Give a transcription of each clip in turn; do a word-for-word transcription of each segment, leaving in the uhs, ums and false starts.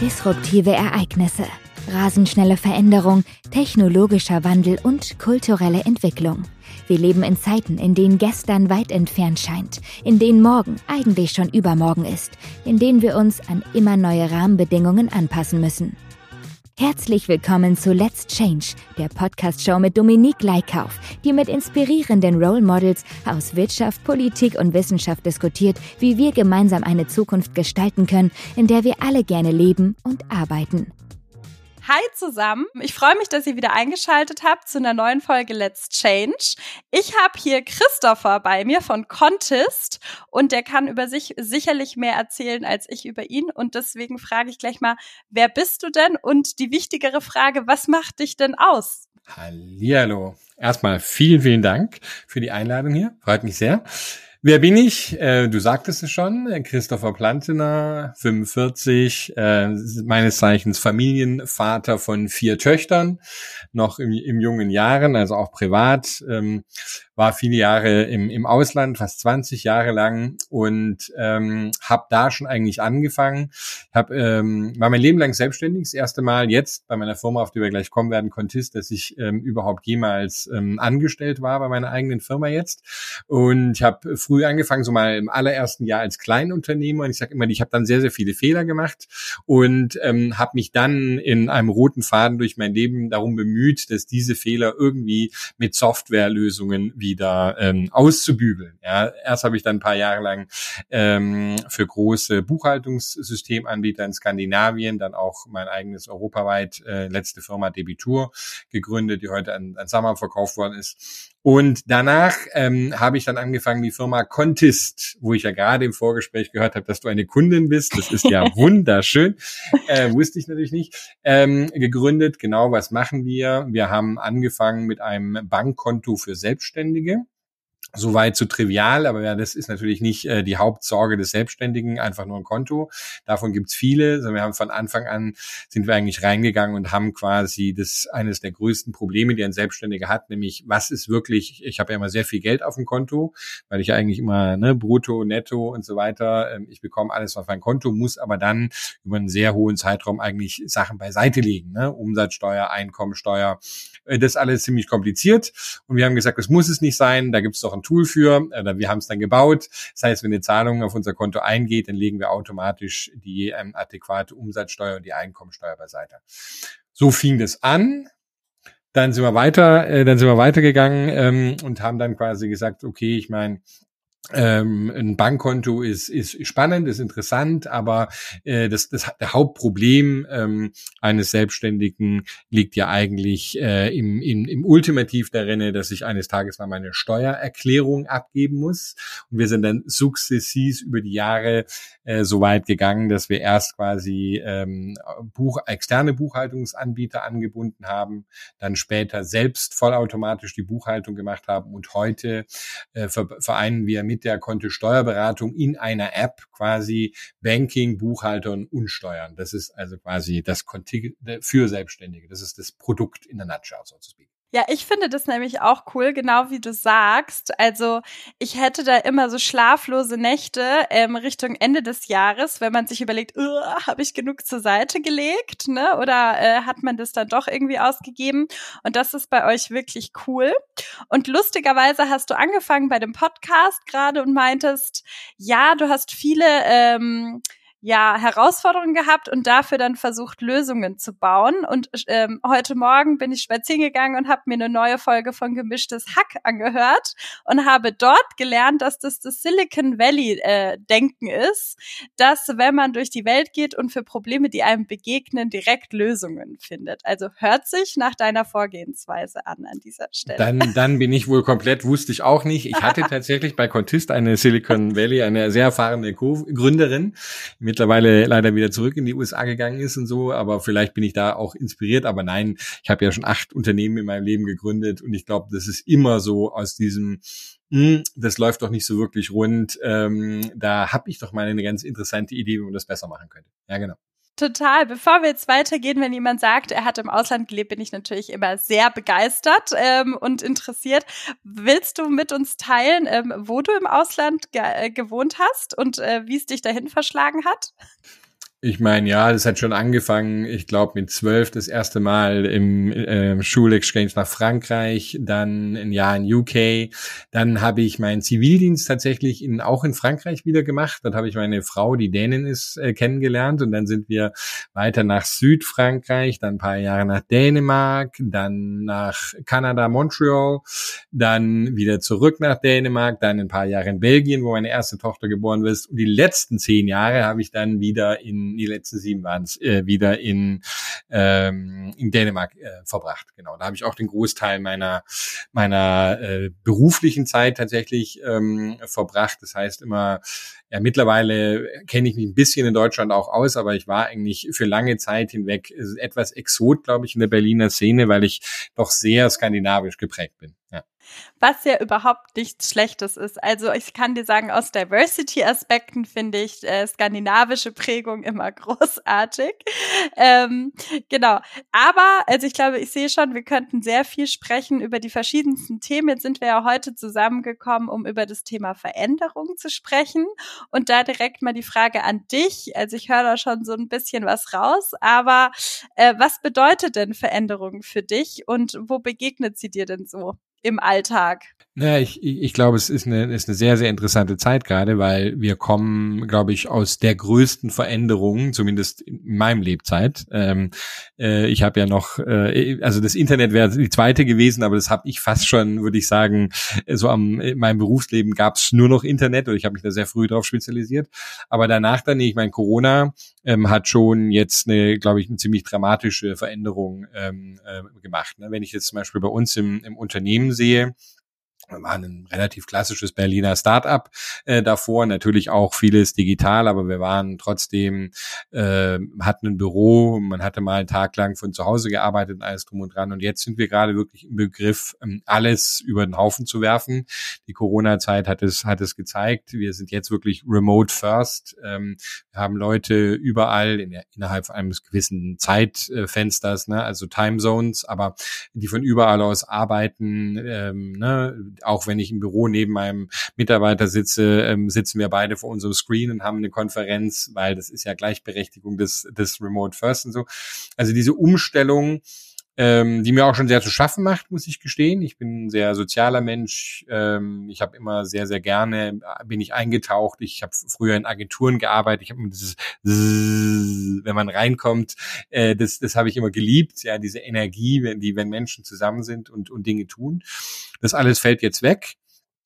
Disruptive Ereignisse, rasend schnelle Veränderung, technologischer Wandel und kulturelle Entwicklung. Wir leben in Zeiten, in denen gestern weit entfernt scheint, in denen morgen eigentlich schon übermorgen ist, in denen wir uns an immer neue Rahmenbedingungen anpassen müssen. Herzlich willkommen zu Let's Change, der Podcast-Show mit Dominique Leikauf, die mit inspirierenden Role Models aus Wirtschaft, Politik und Wissenschaft diskutiert, wie wir gemeinsam eine Zukunft gestalten können, in der wir alle gerne leben und arbeiten. Hi zusammen, ich freue mich, dass ihr wieder eingeschaltet habt zu einer neuen Folge Let's Change. Ich habe hier Christopher bei mir von Contist und der kann über sich sicherlich mehr erzählen als ich über ihn und deswegen frage ich gleich mal, wer bist du denn? Und die wichtigere Frage, was macht dich denn aus? Hallihallo. Erstmal vielen, vielen Dank für die Einladung hier, freut mich sehr. Wer bin ich? Äh, du sagtest es schon, Christopher Plantener, fünfundvierzig, äh, meines Zeichens Familienvater von vier Töchtern, noch im, im jungen Jahren, also auch privat, ähm, war viele Jahre im, im Ausland, fast zwanzig Jahre lang und ähm, habe da schon eigentlich angefangen. Hab, ähm, war mein Leben lang selbstständig, das erste Mal jetzt bei meiner Firma, auf die wir gleich kommen werden, Contist, dass ich ähm, überhaupt jemals ähm, angestellt war bei meiner eigenen Firma jetzt. Und ich habe früh angefangen, so mal im allerersten Jahr als Kleinunternehmer. Und ich sage immer, ich habe dann sehr, sehr viele Fehler gemacht und ähm, habe mich dann in einem roten Faden durch mein Leben darum bemüht, dass diese Fehler irgendwie mit Softwarelösungen wieder ähm, auszubügeln. Ja, erst habe ich dann ein paar Jahre lang ähm, für große Buchhaltungssystemanbieter in Skandinavien, dann auch mein eigenes europaweit äh, letzte Firma Debitur gegründet, die heute an, an Sammer verkauft worden ist. Und danach ähm, habe ich dann angefangen, die Firma Contist, wo ich ja gerade im Vorgespräch gehört habe, dass du eine Kundin bist. Das ist ja wunderschön. Äh, wusste ich natürlich nicht. Ähm, gegründet. Genau, was machen wir? Wir haben angefangen mit einem Bankkonto für Selbstständige. Soweit so trivial, aber ja, das ist natürlich nicht äh, die Hauptsorge des Selbstständigen, einfach nur ein Konto. Davon gibt's viele. Also wir haben von Anfang an, sind wir eigentlich reingegangen und haben quasi das eines der größten Probleme, die ein Selbstständiger hat, nämlich was ist wirklich, ich habe ja immer sehr viel Geld auf dem Konto, weil ich ja eigentlich immer ne, brutto, netto und so weiter, ähm, ich bekomme alles auf mein Konto, muss aber dann über einen sehr hohen Zeitraum eigentlich Sachen beiseite legen, ne? Umsatzsteuer, Einkommensteuer, äh, das ist alles ziemlich kompliziert und wir haben gesagt, das muss es nicht sein, da gibt's doch ein Tool für, oder wir haben es dann gebaut. Das heißt, wenn eine Zahlung auf unser Konto eingeht, dann legen wir automatisch die ähm, adäquate Umsatzsteuer und die Einkommensteuer beiseite. So fing das an. Dann sind wir weiter, äh, dann sind wir weitergegangen ähm, und haben dann quasi gesagt, okay, ich meine, Ähm, ein Bankkonto ist ist spannend, ist interessant, aber äh, das das der Hauptproblem ähm, eines Selbstständigen liegt ja eigentlich äh, im, im im Ultimativ darin, dass ich eines Tages mal meine Steuererklärung abgeben muss. Und wir sind dann sukzessiv über die Jahre äh, so weit gegangen, dass wir erst quasi ähm, Buch, externe Buchhaltungsanbieter angebunden haben, dann später selbst vollautomatisch die Buchhaltung gemacht haben und heute äh, vereinen wir mit der Konto-Steuerberatung in einer App quasi Banking, Buchhaltung und Steuern. Das ist also quasi das Konti für Selbstständige. Das ist das Produkt in der Nutshell, so zu speak. Ja, ich finde das nämlich auch cool, genau wie du sagst. Also ich hätte da immer so schlaflose Nächte ähm, Richtung Ende des Jahres, wenn man sich überlegt, habe ich genug zur Seite gelegt, ne? Oder äh, hat man das dann doch irgendwie ausgegeben? Und das ist bei euch wirklich cool. Und lustigerweise hast du angefangen bei dem Podcast gerade und meintest, ja, du hast viele ähm, ja, Herausforderungen gehabt und dafür dann versucht, Lösungen zu bauen. Und ähm, heute Morgen bin ich spazieren gegangen und habe mir eine neue Folge von Gemischtes Hack angehört und habe dort gelernt, dass das das Silicon Valley-Denken äh, ist, dass wenn man durch die Welt geht und für Probleme, die einem begegnen, direkt Lösungen findet. Also hört sich nach deiner Vorgehensweise an an dieser Stelle. Dann, dann bin ich wohl komplett, wusste ich auch nicht. Ich hatte tatsächlich bei Contist eine Silicon Valley, eine sehr erfahrene Co-Gründerin, mittlerweile leider wieder zurück in die U S A gegangen ist und so, aber vielleicht bin ich da auch inspiriert, aber nein, ich habe ja schon acht Unternehmen in meinem Leben gegründet und ich glaube, das ist immer so aus diesem, mh, das läuft doch nicht so wirklich rund, ähm, da habe ich doch mal eine ganz interessante Idee, wie man das besser machen könnte. Ja, genau. Total. Bevor wir jetzt weitergehen, wenn jemand sagt, er hat im Ausland gelebt, bin ich natürlich immer sehr begeistert ähm, und interessiert. Willst du mit uns teilen, ähm, wo du im Ausland ge- äh, gewohnt hast und äh, wie es dich dahin verschlagen hat? Ich meine, ja, das hat schon angefangen, ich glaube mit zwölf das erste Mal im äh, Schulexchange nach Frankreich, dann ein Jahr in U K, dann habe ich meinen Zivildienst tatsächlich in, auch in Frankreich wieder gemacht, dann habe ich meine Frau, die Dänin ist, äh, kennengelernt und dann sind wir weiter nach Südfrankreich, dann ein paar Jahre nach Dänemark, dann nach Kanada, Montreal, dann wieder zurück nach Dänemark, dann ein paar Jahre in Belgien, wo meine erste Tochter geboren ist und die letzten zehn Jahre habe ich dann wieder in die letzten sieben waren es, äh, wieder in, ähm, in Dänemark äh, verbracht. Genau, da habe ich auch den Großteil meiner meiner äh, beruflichen Zeit tatsächlich ähm, verbracht. Das heißt immer, ja, mittlerweile kenne ich mich ein bisschen in Deutschland auch aus, aber ich war eigentlich für lange Zeit hinweg etwas Exot, glaube ich, in der Berliner Szene, weil ich doch sehr skandinavisch geprägt bin. Ja. Was ja überhaupt nichts Schlechtes ist. Also ich kann dir sagen, aus Diversity-Aspekten finde ich äh, skandinavische Prägung immer großartig. Ähm, genau. Aber, also ich glaube, ich sehe schon, wir könnten sehr viel sprechen über die verschiedensten Themen. Jetzt sind wir ja heute zusammengekommen, um über das Thema Veränderung zu sprechen. Und da direkt mal die Frage an dich. Also ich höre da schon so ein bisschen was raus, aber äh, was bedeutet denn Veränderung für dich und wo begegnet sie dir denn so im Alltag? Ja, ich, ich glaube, es ist eine, ist eine sehr, sehr interessante Zeit gerade, weil wir kommen, glaube ich, aus der größten Veränderung, zumindest in meinem Lebzeit. Ähm, äh, ich habe ja noch, äh, also das Internet wäre die zweite gewesen, aber das habe ich fast schon, würde ich sagen, so am in meinem Berufsleben gab es nur noch Internet und ich habe mich da sehr früh drauf spezialisiert. Aber danach dann, ich meine, Corona ähm, hat schon jetzt eine, glaube ich, eine ziemlich dramatische Veränderung ähm, äh, gemacht. Ne? Wenn ich jetzt zum Beispiel bei uns im, im Unternehmen sehe, wir waren ein relativ klassisches Berliner Start-up äh, davor, natürlich auch vieles digital, aber wir waren trotzdem, äh, hatten ein Büro, man hatte mal einen Tag lang von zu Hause gearbeitet und alles drum und dran und jetzt sind wir gerade wirklich im Begriff, ähm, alles über den Haufen zu werfen. Die Corona-Zeit hat es, hat es gezeigt, wir sind jetzt wirklich remote first, ähm, wir haben Leute überall in der, innerhalb eines gewissen Zeitfensters, ne, also Time Zones, aber die von überall aus arbeiten, ähm, ne, auch wenn ich im Büro neben meinem Mitarbeiter sitze, ähm, sitzen wir beide vor unserem Screen und haben eine Konferenz, weil das ist ja Gleichberechtigung des, des Remote First und so. Also diese Umstellung, ähm, die mir auch schon sehr zu schaffen macht, muss ich gestehen. Ich bin ein sehr sozialer Mensch. Ähm, ich habe immer sehr, sehr gerne, bin ich eingetaucht. Ich habe früher in Agenturen gearbeitet. Ich habe immer dieses, wenn man reinkommt, äh, das, das habe ich immer geliebt. Ja, diese Energie, wenn die, wenn Menschen zusammen sind und, und Dinge tun. Das alles fällt jetzt weg.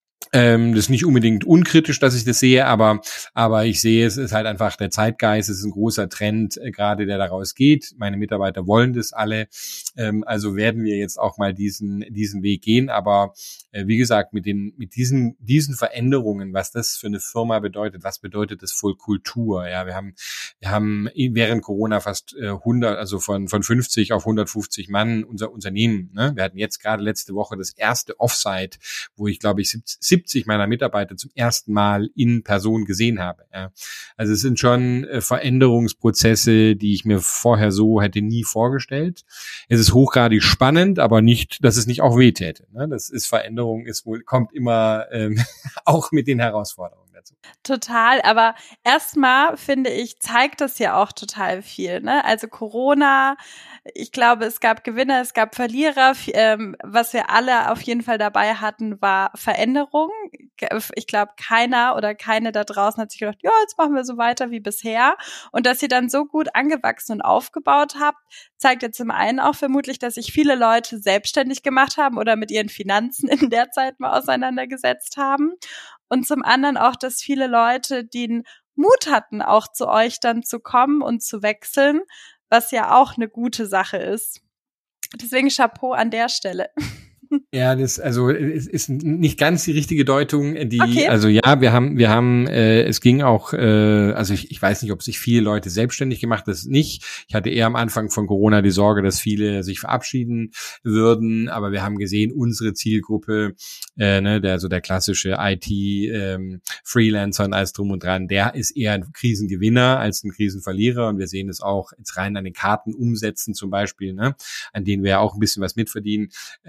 Ähm, das ist nicht unbedingt unkritisch, dass ich das sehe, aber aber ich sehe, es ist halt einfach der Zeitgeist, es ist ein großer Trend, äh, gerade der daraus geht. Meine Mitarbeiter wollen das alle, ähm, also werden wir jetzt auch mal diesen diesen Weg gehen. Aber äh, wie gesagt, mit den mit diesen diesen Veränderungen, was das für eine Firma bedeutet, was bedeutet das für Kultur? Ja, wir haben wir haben während Corona fast äh, hundert, also von von fünfzig auf hundertfünfzig Mann unser Unternehmen. Ne? Wir hatten jetzt gerade letzte Woche das erste Offsite, wo ich glaube ich siebzig meiner Mitarbeiter zum ersten Mal in Person gesehen habe. Ja. Also es sind schon äh, Veränderungsprozesse, die ich mir vorher so hätte nie vorgestellt. Es ist hochgradig spannend, aber nicht, dass es nicht auch wehtäte. Ne? Das ist Veränderung, ist wohl kommt immer ähm, auch mit den Herausforderungen dazu. Total, aber erstmal finde ich, zeigt das ja auch total viel. Ne? Also Corona, ich glaube, es gab Gewinner, es gab Verlierer. Ähm, was wir alle auf jeden Fall dabei hatten, war Veränderung. Ich glaube, keiner oder keine da draußen hat sich gedacht, ja, jetzt machen wir so weiter wie bisher. Und dass ihr dann so gut angewachsen und aufgebaut habt, zeigt ja zum einen auch vermutlich, dass sich viele Leute selbstständig gemacht haben oder mit ihren Finanzen in der Zeit mal auseinandergesetzt haben. Und zum anderen auch, dass viele Leute den Mut hatten, auch zu euch dann zu kommen und zu wechseln, was ja auch eine gute Sache ist. Deswegen Chapeau an der Stelle. Ja, das also es ist nicht ganz die richtige Deutung, die okay. Also ja, wir haben wir haben äh, es ging auch äh, also ich, ich weiß nicht, ob sich viele Leute selbstständig gemacht, das nicht. Ich hatte eher am Anfang von Corona die Sorge, dass viele sich verabschieden würden, aber wir haben gesehen, unsere Zielgruppe, äh, ne, der so der klassische I T ähm, Freelancer und alles drum und dran, der ist eher ein Krisengewinner als ein Krisenverlierer und wir sehen es auch jetzt rein an den Kartenumsätzen zum Beispiel, ne, an denen wir ja auch ein bisschen was mitverdienen. Ähm,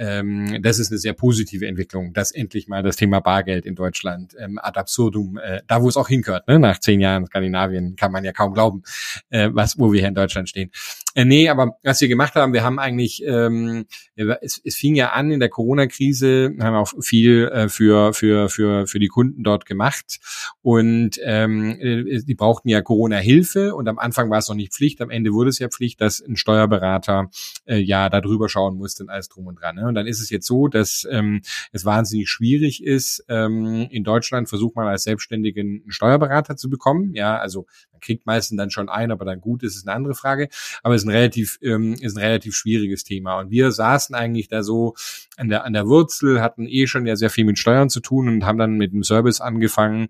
ähm, das ist eine sehr positive Entwicklung, dass endlich mal das Thema Bargeld in Deutschland ähm, ad absurdum, äh, da wo es auch hingehört, ne? Nach zehn Jahren Skandinavien kann man ja kaum glauben, äh, was wo wir hier in Deutschland stehen. Äh, nee, aber was wir gemacht haben, wir haben eigentlich, ähm, es, es fing ja an in der Corona-Krise, haben auch viel äh, für für für für die Kunden dort gemacht und ähm, die brauchten ja Corona-Hilfe und am Anfang war es noch nicht Pflicht, am Ende wurde es ja Pflicht, dass ein Steuerberater äh, ja da drüber schauen musste und alles drum und dran. Ne? Und dann ist es jetzt so, dass ähm, es wahnsinnig schwierig ist, ähm, in Deutschland versucht man als Selbstständigen einen Steuerberater zu bekommen. Ja, also man kriegt meistens dann schon einen, aber dann gut ist es eine andere Frage. Aber es ist ein relativ ähm, ist ein relativ schwieriges Thema. Und wir saßen eigentlich da so an der an der Wurzel, hatten eh schon ja sehr viel mit Steuern zu tun und haben dann mit einem Service angefangen,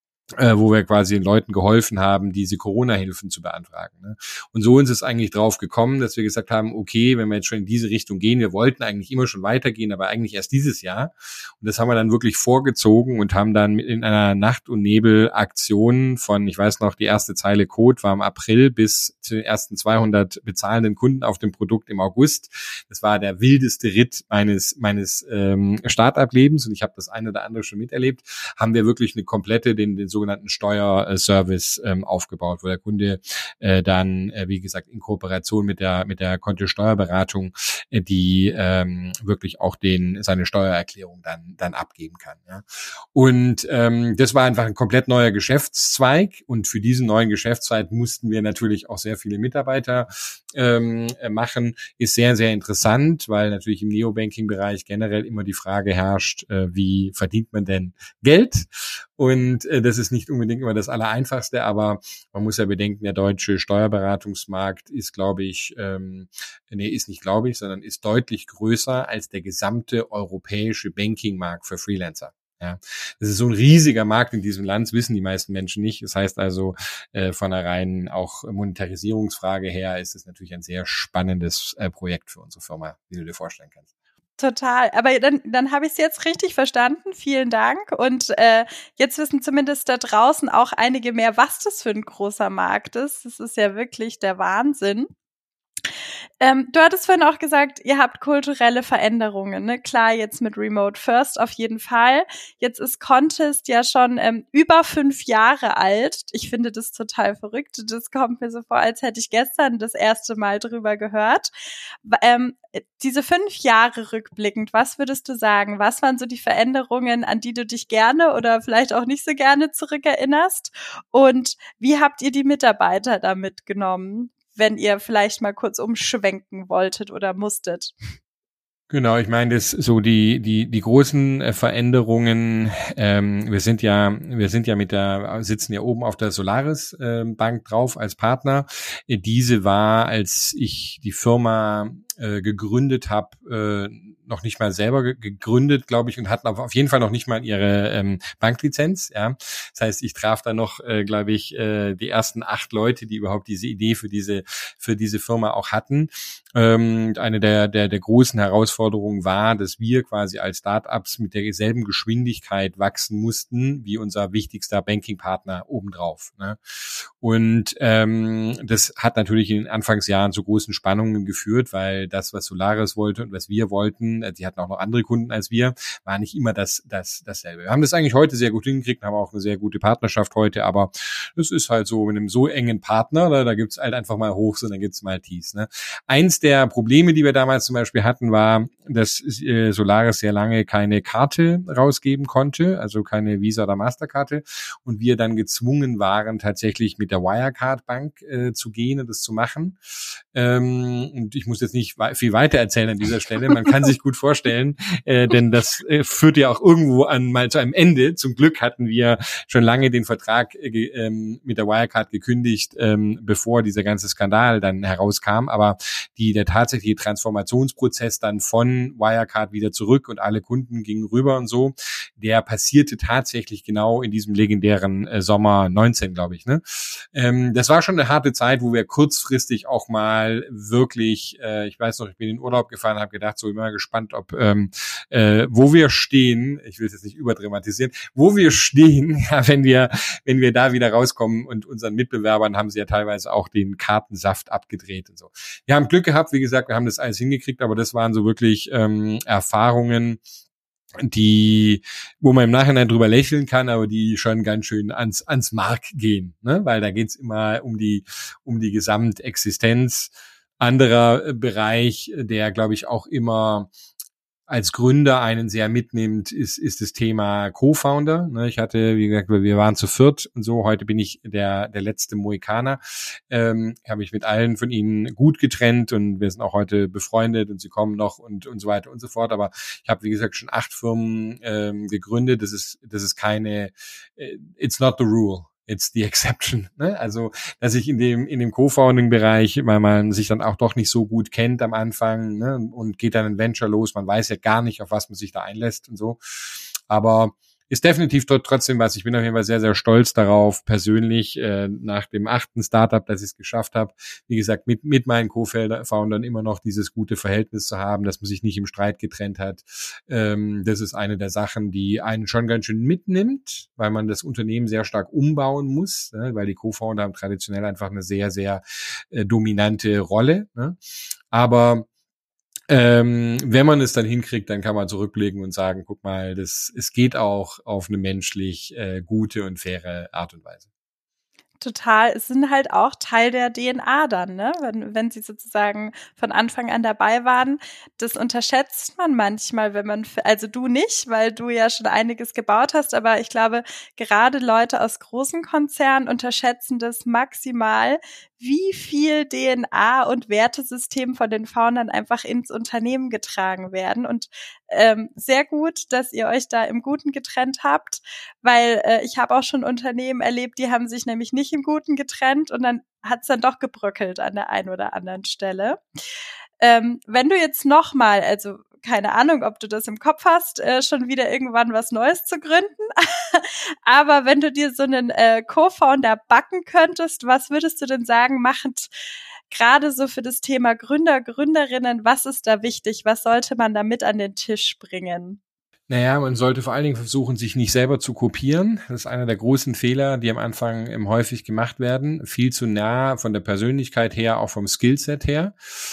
Äh, wo wir quasi den Leuten geholfen haben, diese Corona-Hilfen zu beantragen. Ne? Und so ist es eigentlich drauf gekommen, dass wir gesagt haben, okay, wenn wir jetzt schon in diese Richtung gehen, wir wollten eigentlich immer schon weitergehen, aber eigentlich erst dieses Jahr. Und das haben wir dann wirklich vorgezogen und haben dann in einer Nacht- und Nebel-Aktion von, ich weiß noch, die erste Zeile Code war im April bis zu den ersten zweihundert bezahlenden Kunden auf dem Produkt im August. Das war der wildeste Ritt meines meines ähm, Start-up-Lebens und ich habe das eine oder andere schon miterlebt. Haben wir wirklich eine komplette, den, den sogenannten Steuerservice ähm, aufgebaut, wo der Kunde äh, dann, äh, wie gesagt, in Kooperation mit der mit der Konto-Steuerberatung äh, die ähm, wirklich auch den seine Steuererklärung dann dann abgeben kann. Ja. Und ähm, das war einfach ein komplett neuer Geschäftszweig und für diesen neuen Geschäftszweig mussten wir natürlich auch sehr viele Mitarbeiter ähm, machen. Ist sehr, sehr interessant, weil natürlich im Neobanking-Bereich generell immer die Frage herrscht, äh, wie verdient man denn Geld? Und äh, das ist nicht unbedingt immer das Allereinfachste, aber man muss ja bedenken, der deutsche Steuerberatungsmarkt ist, glaube ich, ähm, nee, ist nicht glaube ich, sondern ist deutlich größer als der gesamte europäische Bankingmarkt für Freelancer. Ja, das ist so ein riesiger Markt in diesem Land, das wissen die meisten Menschen nicht. Das heißt also, äh, von einer reinen auch Monetarisierungsfrage her ist es natürlich ein sehr spannendes äh, Projekt für unsere Firma, wie du dir vorstellen kannst. Total, aber dann, dann habe ich es jetzt richtig verstanden. Vielen Dank. Und äh, jetzt wissen zumindest da draußen auch einige mehr, was das für ein großer Markt ist. Das ist ja wirklich der Wahnsinn. Ähm, du hattest vorhin auch gesagt, ihr habt kulturelle Veränderungen, ne? Klar, jetzt mit Remote First auf jeden Fall. Jetzt ist Kontist ja schon ähm, über fünf Jahre alt. Ich finde das total verrückt. Das kommt mir so vor, als hätte ich gestern das erste Mal drüber gehört. Ähm, diese fünf Jahre rückblickend, was würdest du sagen? Was waren so die Veränderungen, an die du dich gerne oder vielleicht auch nicht so gerne zurückerinnerst? Und wie habt ihr die Mitarbeiter da mitgenommen, wenn ihr vielleicht mal kurz umschwenken wolltet oder musstet? Genau, ich meine, das so die die die großen äh, Veränderungen. Ähm, wir sind ja wir sind ja mit der sitzen ja oben auf der Solaris äh, Bank drauf als Partner. Äh, diese war, als ich die Firma äh, gegründet habe, äh, noch nicht mal selber ge- gegründet, glaube ich, und hatten auf jeden Fall noch nicht mal ihre ähm, Banklizenz. Ja, das heißt, ich traf da noch, äh, glaube ich, äh, die ersten acht Leute, die überhaupt diese Idee für diese für diese Firma auch hatten. Ähm, eine der der der großen Herausforderungen war, dass wir quasi als Startups mit derselben Geschwindigkeit wachsen mussten wie unser wichtigster Banking-Partner obendrauf. Ne? Und ähm, das hat natürlich in den Anfangsjahren zu großen Spannungen geführt, weil das, was Solaris wollte und was wir wollten, die hatten auch noch andere Kunden als wir, war nicht immer das das dasselbe. Wir haben das eigentlich heute sehr gut hingekriegt, haben auch eine sehr gute Partnerschaft heute, aber es ist halt so, mit einem so engen Partner, da, da gibt's halt einfach mal Hochs und dann gibt's mal Tiefs. Ne? Eins der Probleme, die wir damals zum Beispiel hatten, war, dass äh, Solaris sehr lange keine Karte rausgeben konnte, also keine Visa- oder Masterkarte, und wir dann gezwungen waren, tatsächlich mit der Wirecard-Bank äh, zu gehen und das zu machen. Ähm, und ich muss jetzt nicht we- viel weiter erzählen an dieser Stelle, man kann sich gut vorstellen, äh, denn das äh, führt ja auch irgendwo an mal zu einem Ende. Zum Glück hatten wir schon lange den Vertrag äh, ähm, mit der Wirecard gekündigt, ähm, bevor dieser ganze Skandal dann herauskam, aber die der tatsächliche Transformationsprozess dann von Wirecard wieder zurück und alle Kunden gingen rüber und so, der passierte tatsächlich genau in diesem legendären äh, Sommer neunzehn, glaube ich. Ne? Ähm, das war schon eine harte Zeit, wo wir kurzfristig auch mal wirklich, äh, ich weiß noch, ich bin in den Urlaub gefahren, habe gedacht, so immer gespannt, gespannt, ob ähm, äh, wo wir stehen, ich will es jetzt nicht überdramatisieren, wo wir stehen, ja, wenn wir wenn wir da wieder rauskommen, und unseren Mitbewerbern haben sie ja teilweise auch den Kartensaft abgedreht und so. Wir haben Glück gehabt, wie gesagt, wir haben das alles hingekriegt, aber das waren so wirklich ähm, Erfahrungen, die, wo man im Nachhinein drüber lächeln kann, aber die schon ganz schön ans ans Mark gehen, ne? Weil da geht's immer um die um die Gesamtexistenz. Anderer Bereich, der, glaube ich, auch immer als Gründer einen sehr mitnimmt, ist ist das Thema Co-Founder. Ich hatte, wie gesagt, wir waren zu viert und so. Heute bin ich der der letzte Mohikaner. Ähm, habe mich mit allen von ihnen gut getrennt und wir sind auch heute befreundet und sie kommen noch und und so weiter und so fort. Aber ich habe, wie gesagt, schon acht Firmen ähm, gegründet. Das ist das ist keine, it's not the rule. It's the exception, ne? Also, dass ich in dem in dem Co-Founding-Bereich, weil man sich dann auch doch nicht so gut kennt am Anfang, ne, und geht dann ein Venture los, man weiß ja gar nicht, auf was man sich da einlässt und so. Aber ist definitiv dort trotzdem was. Ich bin auf jeden Fall sehr, sehr stolz darauf, persönlich, äh, nach dem achten Startup, dass ich es geschafft habe, wie gesagt, mit mit meinen Co-Foundern immer noch dieses gute Verhältnis zu haben, dass man sich nicht im Streit getrennt hat. Ähm, das ist eine der Sachen, die einen schon ganz schön mitnimmt, weil man das Unternehmen sehr stark umbauen muss, ne, weil die Co-Founder haben traditionell einfach eine sehr, sehr äh, dominante Rolle, ne? Aber Ähm, wenn man es dann hinkriegt, dann kann man zurückblicken und sagen, guck mal, das es geht auch auf eine menschlich äh, gute und faire Art und Weise. Total. Es sind halt auch Teil der D N A dann, ne? Wenn, wenn sie sozusagen von Anfang an dabei waren. Das unterschätzt man manchmal, wenn man, also du nicht, weil du ja schon einiges gebaut hast, aber ich glaube, gerade Leute aus großen Konzernen unterschätzen das maximal, wie viel D N A und Wertesystem von den Foundern einfach ins Unternehmen getragen werden. Und ähm, sehr gut, dass ihr euch da im Guten getrennt habt, weil äh, ich habe auch schon Unternehmen erlebt, die haben sich nämlich nicht im Guten getrennt und dann hat es dann doch gebröckelt an der einen oder anderen Stelle. Ähm, wenn du jetzt nochmal, also keine Ahnung, ob du das im Kopf hast, äh, schon wieder irgendwann was Neues zu gründen, aber wenn du dir so einen äh, Co-Founder backen könntest, was würdest du denn sagen, machend gerade so für das Thema Gründer, Gründerinnen, was ist da wichtig? Was sollte man da mit an den Tisch bringen? Naja, man sollte vor allen Dingen versuchen, sich nicht selber zu kopieren. Das ist einer der großen Fehler, die am Anfang ähm, häufig gemacht werden. Viel zu nah von der Persönlichkeit her, auch vom Skillset her.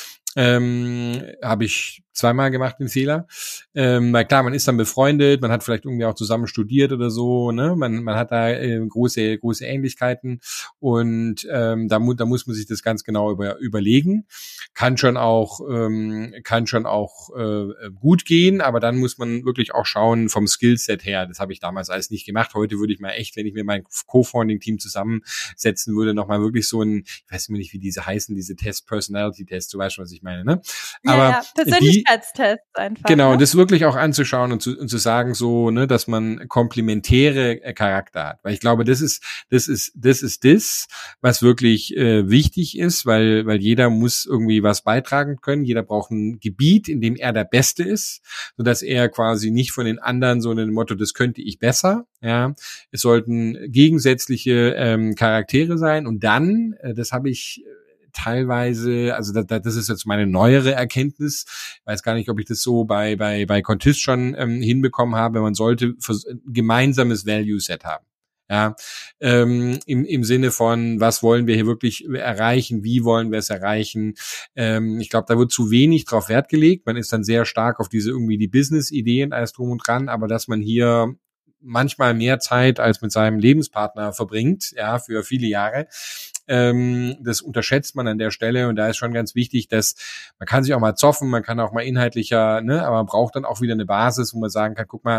Ähm, habe ich zweimal gemacht, den Fehler. Ähm, weil klar, man ist dann befreundet, man hat vielleicht irgendwie auch zusammen studiert oder so, ne? Man, man hat da äh, große, große Ähnlichkeiten und ähm, da, mu- da muss man sich das ganz genau über, überlegen. Kann schon auch, ähm, kann schon auch äh, gut gehen, aber dann muss man wirklich auch schauen vom Skillset her. Das habe ich damals alles nicht gemacht. Heute würde ich mal echt, wenn ich mir mein Co-Founding-Team zusammensetzen würde, nochmal wirklich so ein, ich weiß nicht, wie diese heißen, diese Test, Personality-Tests, du weißt schon, was ich meine, ne? Aber ja, ja, Persönlichkeitstests einfach. Genau, ne? das wirklich auch anzuschauen und zu, und zu sagen so, ne, dass man komplementäre äh, Charakter hat, weil ich glaube, das ist, das ist, das ist das, was wirklich äh, wichtig ist, weil, weil jeder muss irgendwie was beitragen können, jeder braucht ein Gebiet, in dem er der Beste ist, sodass er quasi nicht von den anderen so ein Motto, das könnte ich besser, ja, es sollten gegensätzliche ähm, Charaktere sein und dann, äh, das habe ich teilweise, also das, das ist jetzt meine neuere Erkenntnis. Ich weiß gar nicht, ob ich das so bei bei bei Contist schon ähm, hinbekommen habe. Man sollte ein gemeinsames Value Set haben. Ja, ähm, im im Sinne von, was wollen wir hier wirklich erreichen, wie wollen wir es erreichen. Ähm, ich glaube, da wird zu wenig drauf Wert gelegt. Man ist dann sehr stark auf diese irgendwie die Business-Ideen alles drum und dran, aber dass man hier manchmal mehr Zeit als mit seinem Lebenspartner verbringt, ja, für viele Jahre. Ähm, das unterschätzt man an der Stelle und da ist schon ganz wichtig, dass man kann sich auch mal zoffen, man kann auch mal inhaltlicher, ne, aber man braucht dann auch wieder eine Basis, wo man sagen kann, guck mal,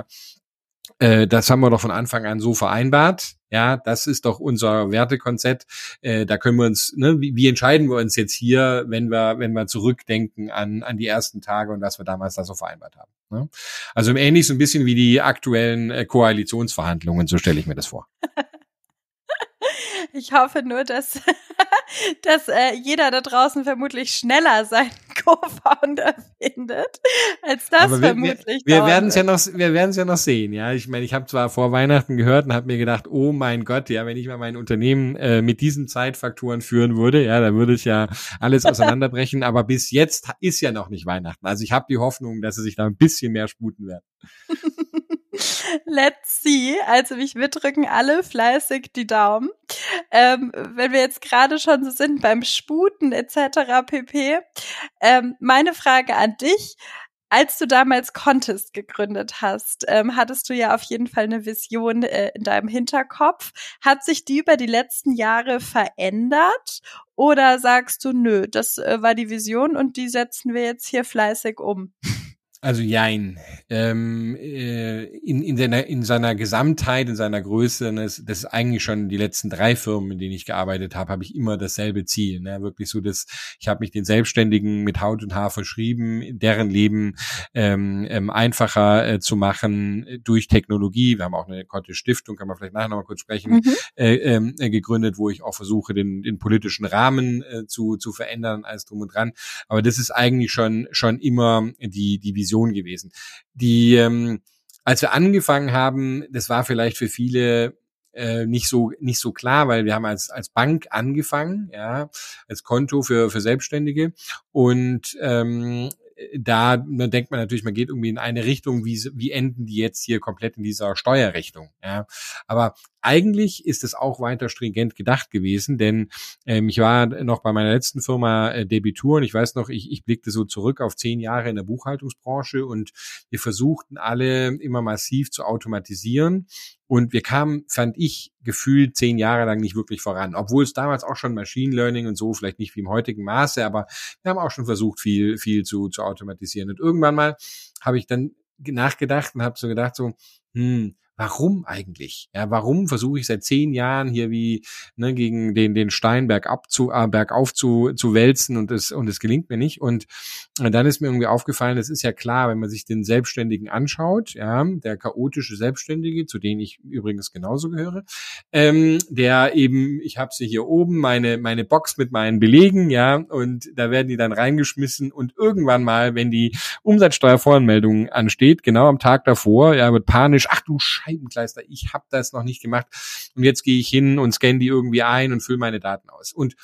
äh, das haben wir doch von Anfang an so vereinbart. Ja, das ist doch unser Wertekonzept. Äh, da können wir uns, ne, wie, wie entscheiden wir uns jetzt hier, wenn wir, wenn wir zurückdenken an an die ersten Tage und was wir damals da so vereinbart haben. Ne? Also im Ähnlich so ein bisschen wie die aktuellen äh, Koalitionsverhandlungen, so stelle ich mir das vor. Ich hoffe nur, dass, dass äh, jeder da draußen vermutlich schneller seinen Co-Founder findet, als das Aber wir, vermutlich wir, wir werden es wird. ja noch, wir werden es ja noch sehen, ja. Ich meine, ich habe zwar vor Weihnachten gehört und habe mir gedacht, oh mein Gott, ja, wenn ich mal mein Unternehmen äh, mit diesen Zeitfaktoren führen würde, ja, dann würde es ja alles auseinanderbrechen. Aber bis jetzt ist ja noch nicht Weihnachten. Also ich habe die Hoffnung, dass sie sich da ein bisschen mehr sputen werden. Let's see. Also wir drücken alle fleißig die Daumen. Ähm, wenn wir jetzt gerade schon so sind beim Sputen et cetera pp. Ähm, meine Frage an dich. Als du damals Contest gegründet hast, ähm, hattest du ja auf jeden Fall eine Vision äh, in deinem Hinterkopf. Hat sich die über die letzten Jahre verändert? Oder sagst du, nö, das äh, war die Vision und die setzen wir jetzt hier fleißig um? Also jein. Ähm, äh, in, in, seiner, in seiner Gesamtheit, in seiner Größe, das, das ist eigentlich schon die letzten drei Firmen, in denen ich gearbeitet habe, habe ich immer dasselbe Ziel. Ne? Wirklich so, dass ich habe mich den Selbstständigen mit Haut und Haar verschrieben, deren Leben ähm, ähm, einfacher äh, zu machen durch Technologie. Wir haben auch eine Kotte Stiftung, kann man vielleicht nachher noch mal kurz sprechen, mhm. äh, äh, gegründet, wo ich auch versuche, den, den politischen Rahmen äh, zu, zu verändern, alles drum und dran. Aber das ist eigentlich schon schon immer die die Vision gewesen. Die, ähm, als wir angefangen haben, das war vielleicht für viele äh, nicht so nicht so klar, weil wir haben als als Bank angefangen, ja, als Konto für für Selbstständige und ähm, da, da denkt man natürlich, man geht irgendwie in eine Richtung, wie wie enden die jetzt hier komplett in dieser Steuerrichtung, ja. Aber eigentlich ist es auch weiter stringent gedacht gewesen, denn ähm, ich war noch bei meiner letzten Firma äh, Debitur und ich weiß noch, ich, ich blickte so zurück auf zehn Jahre in der Buchhaltungsbranche und wir versuchten alle immer massiv zu automatisieren. Und wir kamen, fand ich, gefühlt zehn Jahre lang nicht wirklich voran. Obwohl es damals auch schon Machine Learning und so, vielleicht nicht wie im heutigen Maße, aber wir haben auch schon versucht, viel viel zu, zu automatisieren. Und irgendwann mal habe ich dann nachgedacht und habe so gedacht, so, hm, warum eigentlich? Ja, warum versuche ich seit zehn Jahren hier wie ne, gegen den den Stein bergab zu äh, bergauf zu zu wälzen und es und es gelingt mir nicht. Und dann ist mir irgendwie aufgefallen, es ist ja klar, wenn man sich den Selbstständigen anschaut, ja, der chaotische Selbstständige, zu denen ich übrigens genauso gehöre, ähm, der eben, ich habe sie hier oben, meine meine Box mit meinen Belegen, ja, und da werden die dann reingeschmissen und irgendwann mal, wenn die Umsatzsteuervoranmeldung ansteht, genau am Tag davor, ja, wird panisch, ach du Scheibenkleister, ich habe das noch nicht gemacht und jetzt gehe ich hin und scanne die irgendwie ein und fülle meine Daten aus. Und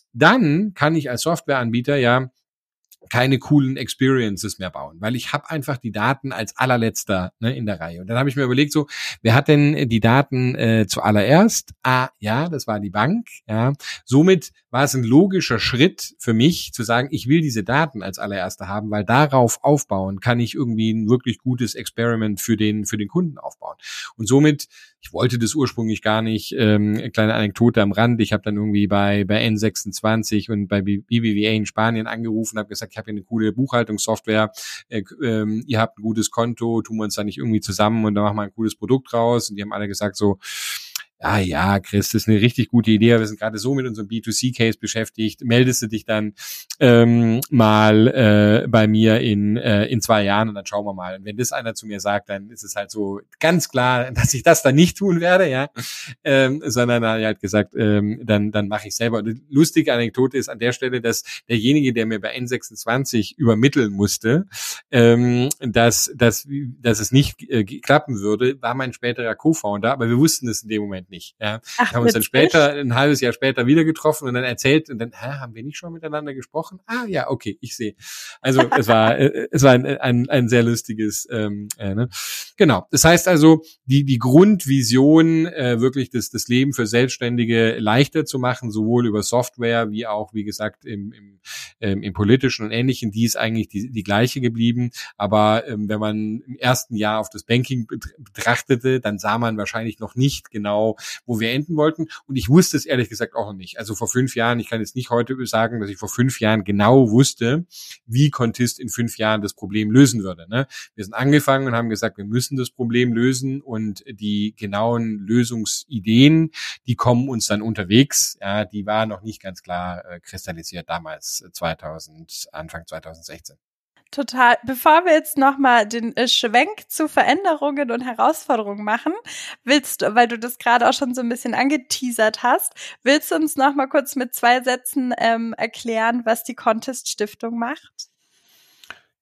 dann kann ich als Softwareanbieter ja keine coolen Experiences mehr bauen, weil ich habe einfach die Daten als allerletzter ne, in der Reihe. Und dann habe ich mir überlegt, so, wer hat denn die Daten äh, zuallererst? Ah, ja, das war die Bank. Ja, somit war es ein logischer Schritt für mich zu sagen, ich will diese Daten als allererster haben, weil darauf aufbauen kann ich irgendwie ein wirklich gutes Experiment für den für den Kunden aufbauen. Und somit, ich wollte das ursprünglich gar nicht. Ähm, kleine Anekdote am Rand. Ich habe dann irgendwie bei bei N sechsundzwanzig und bei B B V A in Spanien angerufen, habe gesagt, ich habe hier eine coole Buchhaltungssoftware, äh, ähm, ihr habt ein gutes Konto, tun wir uns da nicht irgendwie zusammen und da machen wir ein cooles Produkt raus. Und die haben alle gesagt so, ja, ja, Chris, das ist eine richtig gute Idee. Wir sind gerade so mit unserem B zwei C Case beschäftigt. Meldest du dich dann ähm, mal äh, bei mir in äh, in zwei Jahren und dann schauen wir mal. Und wenn das einer zu mir sagt, dann ist es halt so ganz klar, dass ich das dann nicht tun werde, ja, ähm, sondern er hat gesagt, ähm, dann dann mache ich selber. Und die lustige Anekdote ist an der Stelle, dass derjenige, der mir bei N sechsundzwanzig übermitteln musste, ähm, dass dass dass es nicht äh, klappen würde, war mein späterer Co-Founder, aber wir wussten es in dem Moment nicht. Nicht, ja. Ach, wir haben uns dann später, ein halbes Jahr später wieder getroffen und dann erzählt und dann, hä, haben wir nicht schon miteinander gesprochen? Ah, ja, okay, ich sehe. Also es war, äh, es war ein, ein, ein sehr lustiges, ähm, äh, ne? Genau. Das heißt also, die die Grundvision, äh, wirklich das das Leben für Selbstständige leichter zu machen, sowohl über Software wie auch, wie gesagt, im im, ähm, im politischen und Ähnlichen, die ist eigentlich die die gleiche geblieben. Aber ähm, wenn man im ersten Jahr auf das Banking betrachtete, dann sah man wahrscheinlich noch nicht genau, wo wir enden wollten. Und ich wusste es ehrlich gesagt auch noch nicht. Also vor fünf Jahren, ich kann jetzt nicht heute sagen, dass ich vor fünf Jahren genau wusste, wie Kontist in fünf Jahren das Problem lösen würde. Ne? Wir sind angefangen und haben gesagt, wir müssen das Problem lösen und die genauen Lösungsideen, die kommen uns dann unterwegs. Ja, die waren noch nicht ganz klar äh, kristallisiert damals, zweitausend, Anfang zweitausendsechzehn. Total. Bevor wir jetzt nochmal den äh, Schwenk zu Veränderungen und Herausforderungen machen, willst du, weil du das gerade auch schon so ein bisschen angeteasert hast, willst du uns nochmal kurz mit zwei Sätzen ähm, erklären, was die Contest Stiftung macht?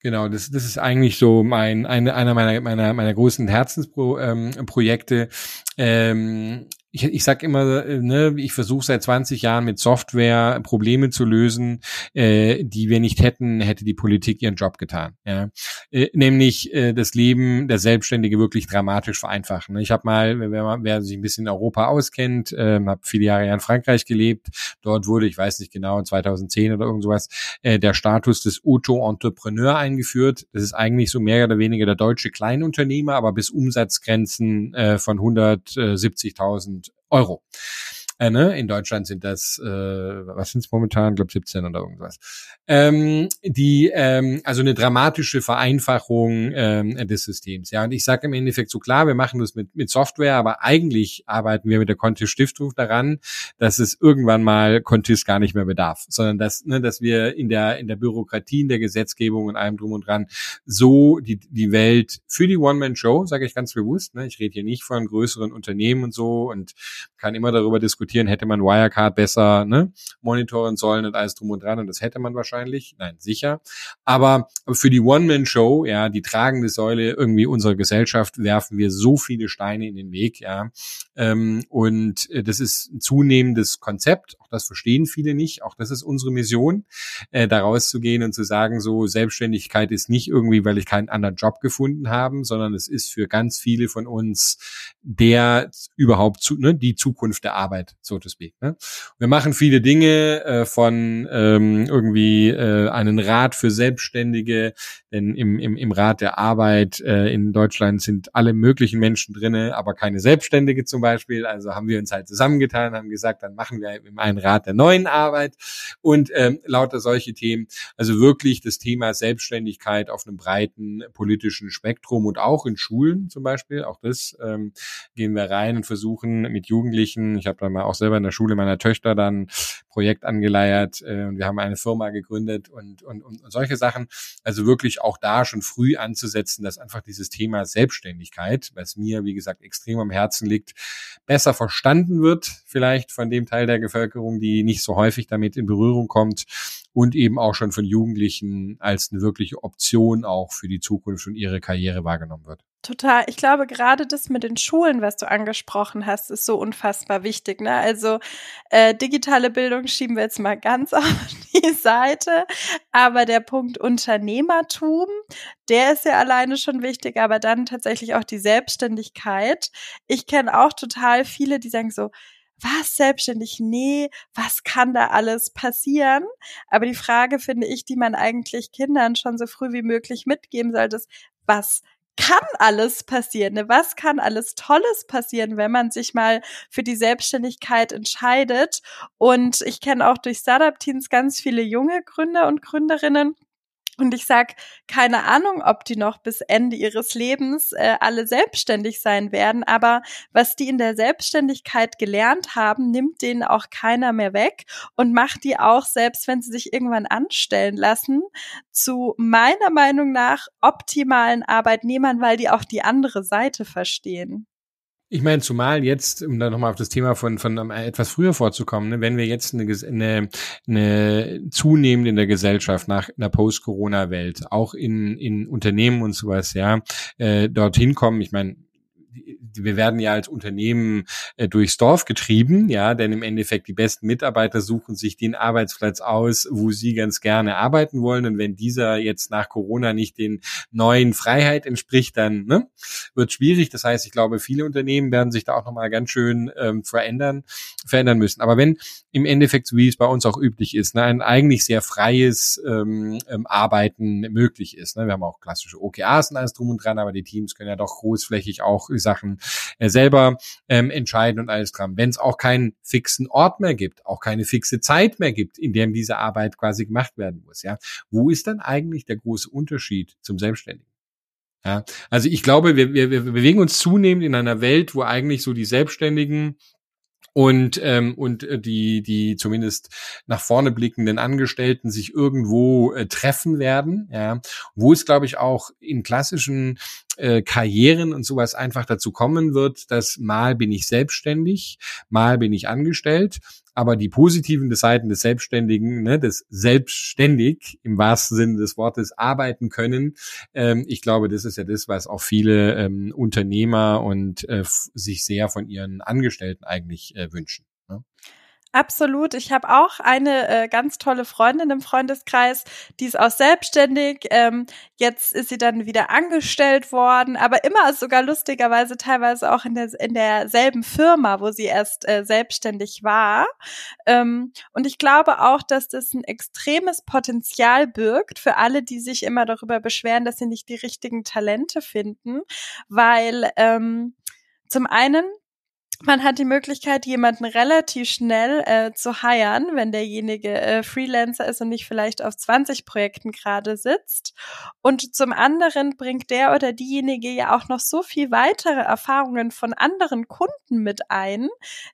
Genau, das, das ist eigentlich so mein, eine, einer meiner, meiner, meiner großen Herzensprojekte. Ähm, ich, ich sag immer, ne, ich versuche seit zwanzig Jahren mit Software Probleme zu lösen, äh, die wir nicht hätten, hätte die Politik ihren Job getan. Ja, äh, nämlich äh, das Leben der Selbstständige wirklich dramatisch vereinfachen. Ich habe mal, wer, wer sich ein bisschen in Europa auskennt, äh, habe viele Jahre in Frankreich gelebt. Dort wurde, ich weiß nicht genau, zweitausendzehn oder irgend sowas, äh, der Status des Auto-Entrepreneur eingeführt. Das ist eigentlich so mehr oder weniger der deutsche Kleinunternehmer, aber bis Umsatzgrenzen äh, von hundertsiebzigtausend Euro. Äh, ne? In Deutschland sind das, äh, was sind es momentan? Ich glaube siebzehn oder irgendwas. Ähm, die, ähm, also eine dramatische Vereinfachung ähm, des Systems. Ja, und ich sage im Endeffekt so, klar, wir machen das mit mit Software, aber eigentlich arbeiten wir mit der Contis Stiftung daran, dass es irgendwann mal Contis gar nicht mehr bedarf, sondern dass, ne, dass wir in der in der Bürokratie, in der Gesetzgebung und allem drum und dran so die die Welt für die One-Man-Show, sage ich ganz bewusst. Ne, ich rede hier nicht von größeren Unternehmen und so und kann immer darüber diskutieren, hätte man Wirecard besser ne, monitoren sollen und alles drum und dran und das hätte man wahrscheinlich, nein, sicher. Aber für die One-Man-Show, ja, die tragende Säule irgendwie unserer Gesellschaft, werfen wir so viele Steine in den Weg, ja. Ähm, und das ist ein zunehmendes Konzept, auch das verstehen viele nicht, auch das ist unsere Mission, äh, da rauszugehen und zu sagen, so Selbstständigkeit ist nicht irgendwie, weil ich keinen anderen Job gefunden habe, sondern es ist für ganz viele von uns der überhaupt zu, ne, die Zukunft der Arbeit, so to speak. Ne? Wir machen viele Dinge äh, von ähm, irgendwie äh, einen Rat für Selbstständige, denn im, im, im Rat der Arbeit äh, in Deutschland sind alle möglichen Menschen drinne, aber keine Selbstständige zum Beispiel. Also haben wir uns halt zusammengetan, haben gesagt, dann machen wir einen Rat der neuen Arbeit und ähm, lauter solche Themen. Also wirklich das Thema Selbstständigkeit auf einem breiten politischen Spektrum und auch in Schulen zum Beispiel. Auch das ähm, gehen wir rein und versuchen mit Jugendlichen, ich habe da mal auch selber in der Schule meiner Töchter dann Projekt angeleiert äh, und wir haben eine Firma gegründet und, und, und solche Sachen. Also wirklich auch da schon früh anzusetzen, dass einfach dieses Thema Selbstständigkeit, was mir, wie gesagt, extrem am Herzen liegt, besser verstanden wird, vielleicht von dem Teil der Bevölkerung, die nicht so häufig damit in Berührung kommt und eben auch schon von Jugendlichen als eine wirkliche Option auch für die Zukunft und ihre Karriere wahrgenommen wird. Total. Ich glaube, gerade das mit den Schulen, was du angesprochen hast, ist so unfassbar wichtig. Ne? Also äh, digitale Bildung schieben wir jetzt mal ganz auf die Seite. Aber der Punkt Unternehmertum, der ist ja alleine schon wichtig, aber dann tatsächlich auch die Selbstständigkeit. Ich kenne auch total viele, die sagen so, was, selbstständig? Nee, was kann da alles passieren? Aber die Frage, finde ich, die man eigentlich Kindern schon so früh wie möglich mitgeben sollte, ist, was kann alles passieren? Ne? Was kann alles Tolles passieren, wenn man sich mal für die Selbstständigkeit entscheidet? Und ich kenne auch durch Startup-Teams ganz viele junge Gründer und Gründerinnen. Und ich sag, keine Ahnung, ob die noch bis Ende ihres Lebens äh, alle selbstständig sein werden, aber was die in der Selbstständigkeit gelernt haben, nimmt denen auch keiner mehr weg und macht die auch, selbst wenn sie sich irgendwann anstellen lassen, zu meiner Meinung nach optimalen Arbeitnehmern, weil die auch die andere Seite verstehen. Ich meine, zumal jetzt, um da nochmal auf das Thema von von um, etwas früher vorzukommen, ne, wenn wir jetzt eine, eine, eine zunehmend in der Gesellschaft nach einer Post-Corona-Welt, auch in in Unternehmen und sowas, ja, äh, dorthin kommen, ich meine, wir werden ja als Unternehmen äh, durchs Dorf getrieben, ja, denn im Endeffekt die besten Mitarbeiter suchen sich den Arbeitsplatz aus, wo sie ganz gerne arbeiten wollen. Und wenn dieser jetzt nach Corona nicht den neuen Freiheit entspricht, dann ne, wird schwierig. Das heißt, ich glaube, viele Unternehmen werden sich da auch nochmal ganz schön ähm, verändern, verändern müssen. Aber wenn im Endeffekt, so wie es bei uns auch üblich ist, ne, ein eigentlich sehr freies ähm, ähm, Arbeiten möglich ist. Ne? Wir haben auch klassische O K As und alles drum und dran, aber die Teams können ja doch großflächig auch Sachen äh, selber ähm, entscheiden und alles dran. Wenn es auch keinen fixen Ort mehr gibt, auch keine fixe Zeit mehr gibt, in der diese Arbeit quasi gemacht werden muss, ja, wo ist dann eigentlich der große Unterschied zum Selbstständigen? Ja, also ich glaube, wir, wir, wir bewegen uns zunehmend in einer Welt, wo eigentlich so die Selbstständigen und ähm, und die die zumindest nach vorne blickenden Angestellten sich irgendwo äh, treffen werden, ja, wo es glaube ich auch in klassischen äh, Karrieren und sowas einfach dazu kommen wird, dass mal bin ich selbstständig, mal bin ich angestellt. Aber die positiven Seiten des Selbstständigen, ne, des selbstständig im wahrsten Sinne des Wortes arbeiten können, ähm, ich glaube, das ist ja das, was auch viele ähm, Unternehmer und äh, f- sich sehr von ihren Angestellten eigentlich äh, wünschen. Ne? Absolut. Ich habe auch eine äh, ganz tolle Freundin im Freundeskreis, die ist auch selbstständig. Ähm, jetzt ist sie dann wieder angestellt worden, aber immer sogar lustigerweise teilweise auch in der in derselben Firma, wo sie erst äh, selbstständig war. Ähm, und ich glaube auch, dass das ein extremes Potenzial birgt für alle, die sich immer darüber beschweren, dass sie nicht die richtigen Talente finden, weil ähm, zum einen man hat die Möglichkeit, jemanden relativ schnell äh, zu hiren, wenn derjenige äh, Freelancer ist und nicht vielleicht auf zwanzig Projekten gerade sitzt. Und zum anderen bringt der oder diejenige ja auch noch so viel weitere Erfahrungen von anderen Kunden mit ein,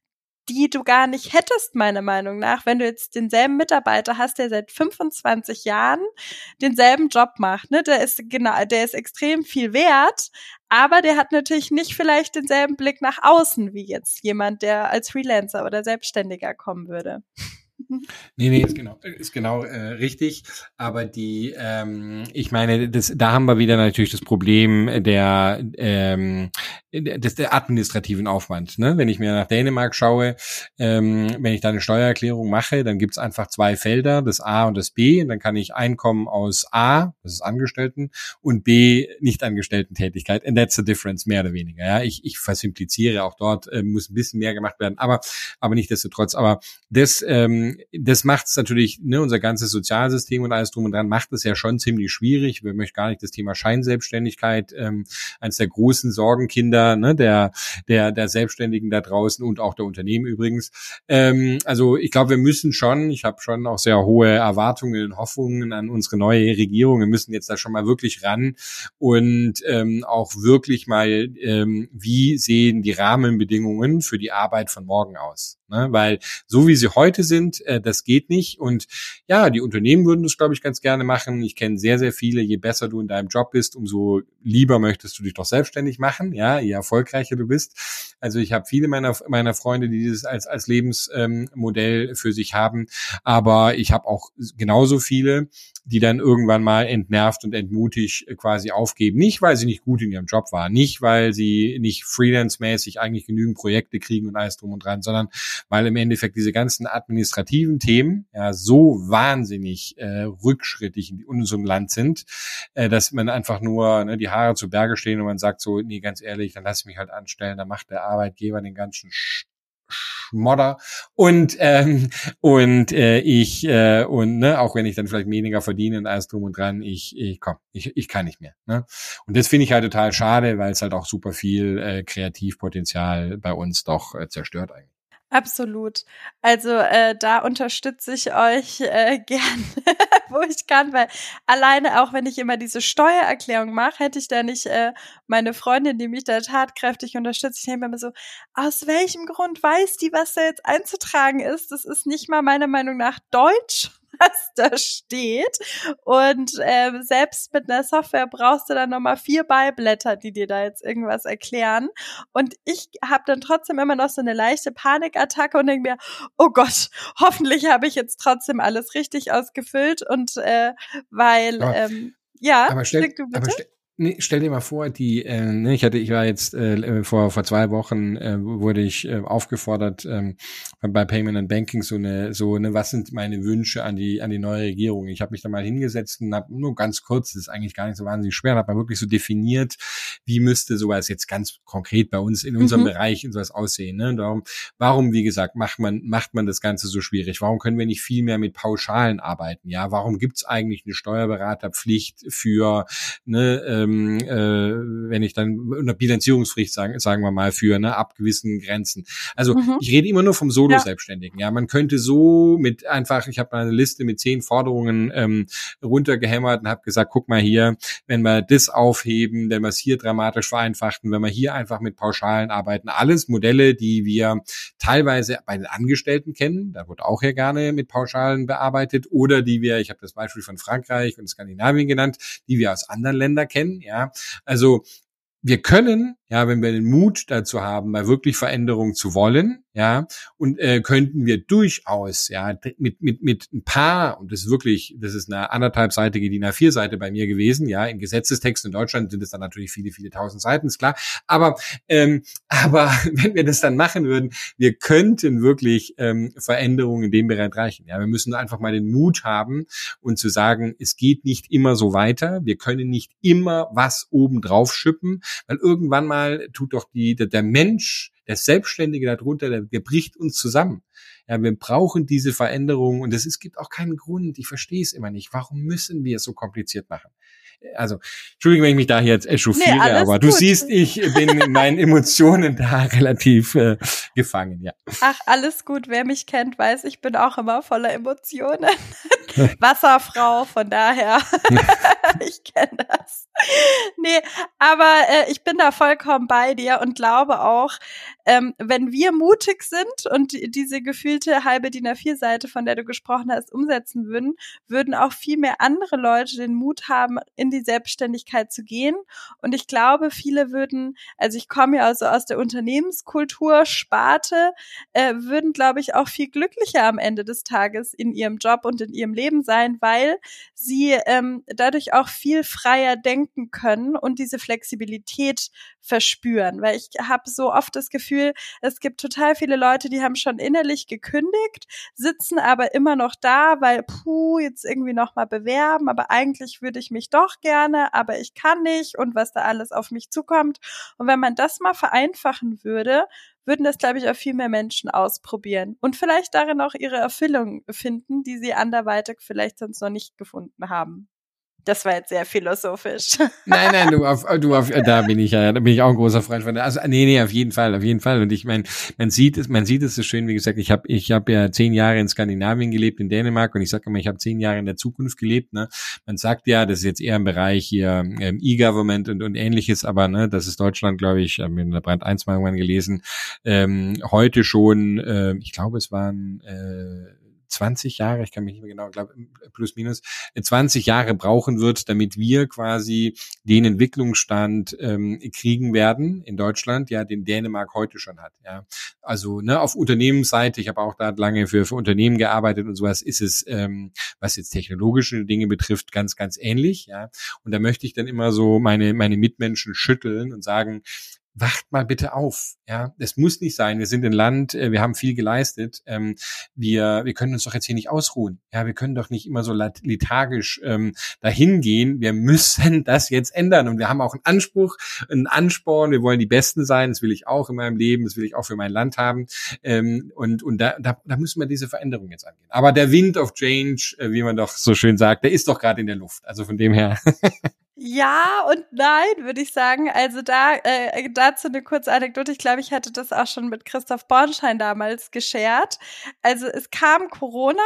die du gar nicht hättest, meiner Meinung nach, wenn du jetzt denselben Mitarbeiter hast, der seit fünfundzwanzig Jahren denselben Job macht, ne? Der ist genau, der ist extrem viel wert, aber der hat natürlich nicht vielleicht denselben Blick nach außen wie jetzt jemand, der als Freelancer oder Selbstständiger kommen würde. Nee, nee, ist genau, ist genau äh, richtig. Aber die, ähm, ich meine, das, da haben wir wieder natürlich das Problem der, ähm, des der administrativen Aufwand. Ne? Wenn ich mir nach Dänemark schaue, ähm, wenn ich da eine Steuererklärung mache, dann gibt's einfach zwei Felder, das A und das B. Und dann kann ich Einkommen aus A, das ist Angestellten, und B, Nicht-Angestellten-Tätigkeit. And that's the difference, mehr oder weniger. Ja, ich, ich versimpliziere auch dort, äh, muss ein bisschen mehr gemacht werden, aber, aber nichtsdestotrotz. Aber das, ähm, das macht es natürlich, ne, unser ganzes Sozialsystem und alles drum und dran macht es ja schon ziemlich schwierig. Wir möchten gar nicht das Thema Scheinselbstständigkeit, ähm, eines der großen Sorgenkinder, ne, der, der, der Selbstständigen da draußen und auch der Unternehmen übrigens. Ähm, also ich glaube, wir müssen schon, ich habe schon auch sehr hohe Erwartungen und Hoffnungen an unsere neue Regierung. Wir müssen jetzt da schon mal wirklich ran und ähm, auch wirklich mal, ähm, wie sehen die Rahmenbedingungen für die Arbeit von morgen aus? Ne? Weil so wie sie heute sind, äh, das geht nicht. Und ja, die Unternehmen würden das, glaube ich, ganz gerne machen. Ich kenne sehr, sehr viele. Je besser du in deinem Job bist, umso lieber möchtest du dich doch selbstständig machen. Ja, je erfolgreicher du bist. Also ich habe viele meiner meiner Freunde, die dieses als als Lebensmodell ähm, für sich haben. Aber ich habe auch genauso viele, die dann irgendwann mal entnervt und entmutigt quasi aufgeben. Nicht, weil sie nicht gut in ihrem Job waren, nicht, weil sie nicht freelance-mäßig eigentlich genügend Projekte kriegen und alles drum und dran, sondern weil im Endeffekt diese ganzen administrativen Themen ja so wahnsinnig äh, rückschrittig in unserem Land sind, äh, dass man einfach nur ne, die Haare zu Berge stehen und man sagt so, nee, ganz ehrlich, dann lass ich mich halt anstellen, dann macht der Arbeitgeber den ganzen Sch Schmodder und ähm, und äh, ich äh, und ne auch wenn ich dann vielleicht weniger verdiene und alles drum und dran, ich ich komm, ich ich kann nicht mehr, ne? Und das finde ich halt total schade, weil es halt auch super viel äh, Kreativpotenzial bei uns doch äh, zerstört eigentlich. Absolut. Also äh, da unterstütze ich euch äh, gern, wo ich kann, weil alleine auch wenn ich immer diese Steuererklärung mache, hätte ich da nicht äh, meine Freundin, die mich da tatkräftig unterstützt. Ich denke mir so, aus welchem Grund weiß die, was da jetzt einzutragen ist? Das ist nicht mal meiner Meinung nach Deutsch, was da steht. Und äh, selbst mit einer Software brauchst du dann nochmal vier Beiblätter, die dir da jetzt irgendwas erklären. Und ich habe dann trotzdem immer noch so eine leichte Panikattacke und denke mir, oh Gott, hoffentlich habe ich jetzt trotzdem alles richtig ausgefüllt. Und äh, weil, Aber, ähm, ja, aber stell, sag du bitte. aber stell, nee, stell dir mal vor, die, äh, ne, ich hatte, ich war jetzt äh, vor vor zwei Wochen äh, wurde ich äh, aufgefordert ähm, bei Payment and Banking so eine so eine was sind meine Wünsche an die an die neue Regierung. Ich habe mich da mal hingesetzt und habe nur ganz kurz, das ist eigentlich gar nicht so wahnsinnig schwer, habe mal wirklich so definiert, wie müsste sowas jetzt ganz konkret bei uns in unserem mhm. Bereich in sowas aussehen. Ne? Darum, warum, wie gesagt, macht man macht man das Ganze so schwierig? Warum können wir nicht viel mehr mit Pauschalen arbeiten? Ja, warum gibt's eigentlich eine Steuerberaterpflicht für ne äh, äh, wenn ich dann unter Bilanzierungspflicht sagen, sagen wir mal für ne ab gewissen Grenzen. Also mhm. ich rede immer nur vom Solo-Selbstständigen. Ja. ja, man könnte so mit einfach, ich habe eine Liste mit zehn Forderungen ähm, runtergehämmert und habe gesagt, guck mal hier, wenn wir das aufheben, wenn wir es hier dramatisch vereinfachen, wenn wir hier einfach mit Pauschalen arbeiten, alles Modelle, die wir teilweise bei den Angestellten kennen, da wird auch ja gerne mit Pauschalen bearbeitet, oder die wir, ich habe das Beispiel von Frankreich und Skandinavien genannt, die wir aus anderen Ländern kennen. Ja, also wir können, ja, wenn wir den Mut dazu haben, mal wirklich Veränderung zu wollen, ja, und äh, könnten wir durchaus, ja, mit mit mit ein paar, und das ist wirklich, das ist eine anderthalbseitige D I N A vier Seite bei mir gewesen, ja, in Gesetzestext in Deutschland sind es dann natürlich viele, viele tausend Seiten, ist klar, aber ähm, aber wenn wir das dann machen würden, wir könnten wirklich ähm, Veränderungen in dem Bereich erreichen, ja, wir müssen einfach mal den Mut haben und zu sagen, es geht nicht immer so weiter, wir können nicht immer was oben drauf schippen, weil irgendwann mal tut doch die, der, der Mensch, der Selbstständige darunter, der, der bricht uns zusammen. Ja, wir brauchen diese Veränderung und es, es gibt auch keinen Grund. Ich verstehe es immer nicht. Warum müssen wir es so kompliziert machen? Also, Entschuldigung, wenn ich mich da jetzt echauffiere, nee, aber du gut. Siehst, ich bin in meinen Emotionen da relativ äh, gefangen, ja. Ach, alles gut. Wer mich kennt, weiß, ich bin auch immer voller Emotionen. Wasserfrau, von daher, ich kenne das. Nee, aber äh, ich bin da vollkommen bei dir und glaube auch, ähm, wenn wir mutig sind und die, diese gefühlte halbe D I N A vier Seite, von der du gesprochen hast, umsetzen würden, würden auch viel mehr andere Leute den Mut haben, in die Selbstständigkeit zu gehen. Und ich glaube, viele würden, also ich komme ja also aus der Unternehmenskultur, Sparte, äh, würden, glaube ich, auch viel glücklicher am Ende des Tages in ihrem Job und in ihrem Leben sein, weil sie ähm, dadurch auch viel freier denken können und diese Flexibilität verspüren. Weil ich habe so oft das Gefühl, es gibt total viele Leute, die haben schon innerlich gekündigt, sitzen aber immer noch da, weil puh, jetzt irgendwie noch mal bewerben, aber eigentlich würde ich mich doch gerne, aber ich kann nicht und was da alles auf mich zukommt. Und wenn man das mal vereinfachen würde, würden das, glaube ich, auch viel mehr Menschen ausprobieren und vielleicht darin auch ihre Erfüllung finden, die sie anderweitig vielleicht sonst noch nicht gefunden haben. Das war jetzt sehr philosophisch. Nein, nein, du, auf, du auf, da bin ich ja, da bin ich auch ein großer Freund von. Also nee, nee, auf jeden Fall, auf jeden Fall. Und ich meine, man sieht es, man sieht es so schön. Wie gesagt, ich habe, ich habe ja zehn Jahre in Skandinavien gelebt, in Dänemark, und ich sage immer, ich habe zehn Jahre in der Zukunft gelebt. Ne, man sagt ja, das ist jetzt eher im Bereich hier ähm, E-Government und und Ähnliches, aber ne, das ist Deutschland, glaube ich, habe in der Brand eins mal irgendwann gelesen, ähm, heute schon, äh, ich glaube, es waren äh, zwanzig Jahre, ich kann mich nicht mehr genau, glaube plus minus, zwanzig Jahre brauchen wird, damit wir quasi den Entwicklungsstand ähm, kriegen werden in Deutschland, ja, den Dänemark heute schon hat, ja. Also, ne, auf Unternehmensseite, ich habe auch da lange für für Unternehmen gearbeitet und sowas, ist es, ähm, was jetzt technologische Dinge betrifft, ganz, ganz ähnlich, ja. Und da möchte ich dann immer so meine meine Mitmenschen schütteln und sagen, wacht mal bitte auf, ja, das muss nicht sein, wir sind ein Land, wir haben viel geleistet, ähm, wir wir können uns doch jetzt hier nicht ausruhen, ja, wir können doch nicht immer so lethargisch ähm, dahin gehen, wir müssen das jetzt ändern und wir haben auch einen Anspruch, einen Ansporn, wir wollen die Besten sein, das will ich auch in meinem Leben, das will ich auch für mein Land haben, ähm, und und da, da da müssen wir diese Veränderung jetzt angehen. Aber der Wind of Change, äh, wie man doch so schön sagt, der ist doch gerade in der Luft, also von dem her. Ja und nein, würde ich sagen. Also da äh, dazu eine kurze Anekdote. Ich glaube, ich hatte das auch schon mit Christoph Bornstein damals geshared. Also es kam Corona